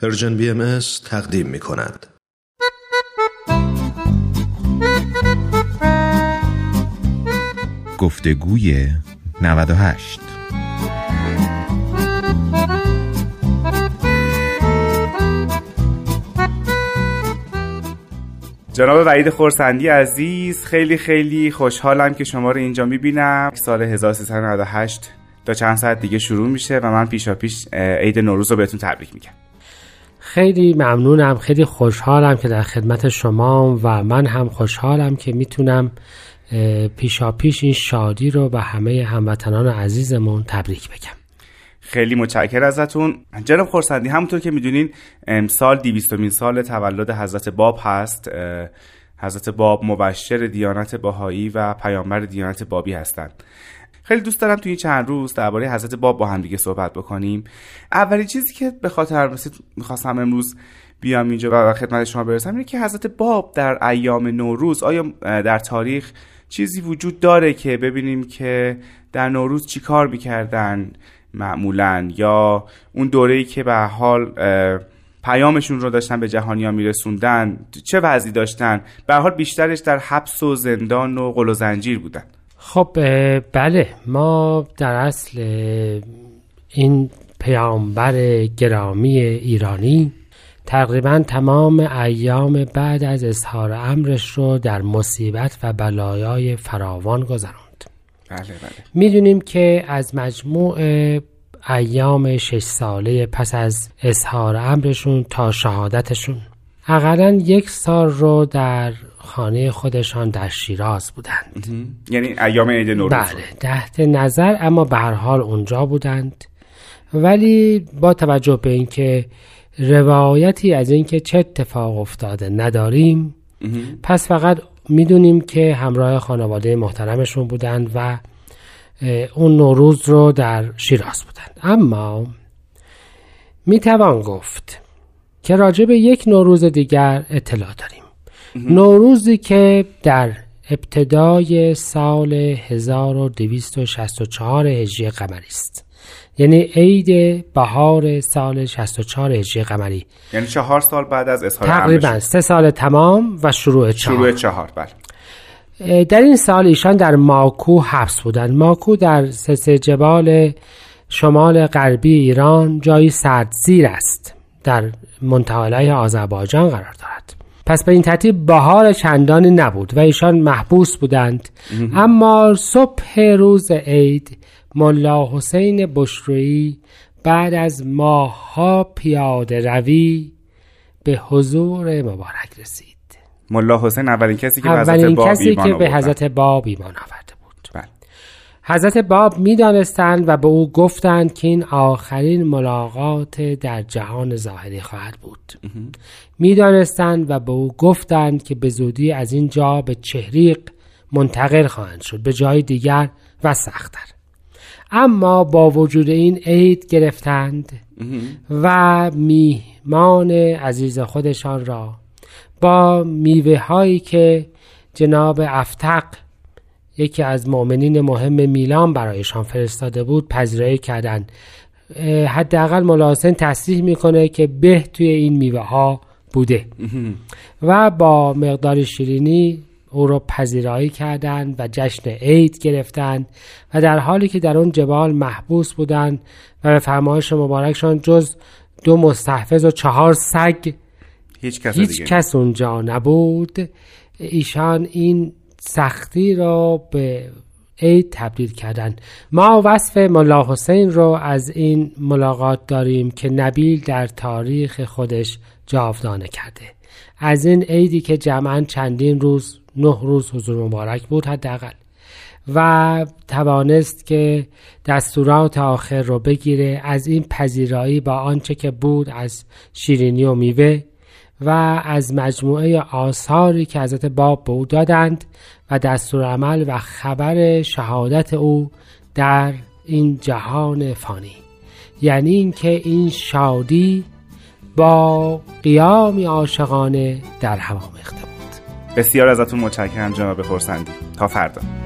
پرژن BMS تقدیم می کند. گفتگوی 98. جناب وحید خرسندی عزیز، خیلی خوشحالم که شما رو اینجا میبینم. سال 1398 تا چند ساعت دیگه شروع میشه و من پیشاپیش عید نوروز رو بهتون تبریک میگم. خیلی ممنونم، خیلی خوشحالم که در خدمت شما و من هم خوشحالم که میتونم پیشاپیش این شادی رو به همه هموطنان عزیزمون تبریک بگم. خیلی متشکرم ازتون جناب خرسندی. همونطور که میدونین امسال 200مین سال تولد حضرت باب هست. حضرت باب مبشر دیانت بهایی و پیامبر دیانت بابی هستند. خیلی دوست دارم توی این چند روز درباره حضرت باب با هم دیگه صحبت بکنیم. اولین چیزی که به خاطر رسید می‌خواستم امروز بیام اینجا و خدمت شما برسم اینه که حضرت باب در ایام نوروز، آیا در تاریخ چیزی وجود داره که ببینیم که در نوروز چی کار می‌کردن معمولاً، یا اون دوره‌ای که به حال پیامشون رو داشتن به جهانیان میرسوندن چه وضعی داشتن؟ به حال بیشترش در حبس و زندان و قل و زنجیر بودن. خب بله، ما در اصل این پیامبر گرامی ایرانی تقریبا تمام ایام بعد از اظهار امرش رو در مصیبت و بلایای فراوان گذراند. بله. میدونیم که از مجموع ایام 6 ساله پس از اظهار امرشون تا شهادتشون حداقل 1 سال رو در خانه خودشان در شیراز بودند. یعنی ایام عید نوروز. بله، تحت نظر، اما به هر حال اونجا بودند. ولی با توجه به اینکه روایتی از اینکه چه اتفاق افتاده نداریم، پس فقط میدونیم که همراه خانواده محترمشون بودند و اون نوروز رو در شیراز بودند. اما میتوان گفت که راجع به یک نوروز دیگر اطلاع داریم. نوروزی که در ابتدای سال 1264 هجری قمری است، یعنی عید بهار سال 64 هجری قمری، یعنی 4 سال بعد از اظهار امرش، تقریبا 3 سال تمام و شروع 4. بله. در این سال ایشان در ماکو حبس بودند. ماکو در سلسله جبال شمال غربی ایران جایی سردزیر است، در منطقه آذربایجان قرار دارد. پس به این ترتیب بهار چندانی نبود و ایشان محبوس بودند. اما صبح روز عید ملا حسین بشرویی بعد از ماه‌ها پیاده روی به حضور مبارک رسید. ملا حسین اولین کسی که به حضرت باب ایمان آورده بود. بله. حضرت باب می‌دانستند و به او گفتند که این آخرین ملاقات در جهان ظاهری خواهد بود. می‌دانستند و به او گفتند که به زودی از این جا به چهریق منتقل خواهند شد، به جای دیگر و سخت‌تر. اما با وجود این عید گرفتند و میهمان عزیز خودشان را با میوه هایی که جناب افتق، یکی از مؤمنین مهم میلان، برایشان فرستاده بود پذیرایی کردند. حداقل ملا حسین تصریح میکنه که به توی این میوه ها بوده و با مقدار شیرینی او رو پذیرایی کردند و جشن عید گرفتند و در حالی که در اون جبال محبوس بودند و به فرمایش مبارکشان جز 2 مستحفظ و 4 سگ هیچ کس اونجا نبود، ایشان این سختی را به عید تبدیل کردند. ما وصف ملا حسین رو از این ملاقات داریم که نبیل در تاریخ خودش جاودانه کرده. از این عیدی که جمعاً چندین روز، 9 روز حضور مبارک بود حداقل، و توانست که دستورات آخر رو بگیره، از این پذیرایی با آنچه که بود از شیرینی و میوه و از مجموعه آثاری که حضرت باب به او دادند و دستورالعمل و خبر شهادت او در این جهان فانی، یعنی اینکه این شادی با قیامی عاشقانه در هوا میخته بود. بسیار ازتون متشکرم جناب خرسندی. تا فردا.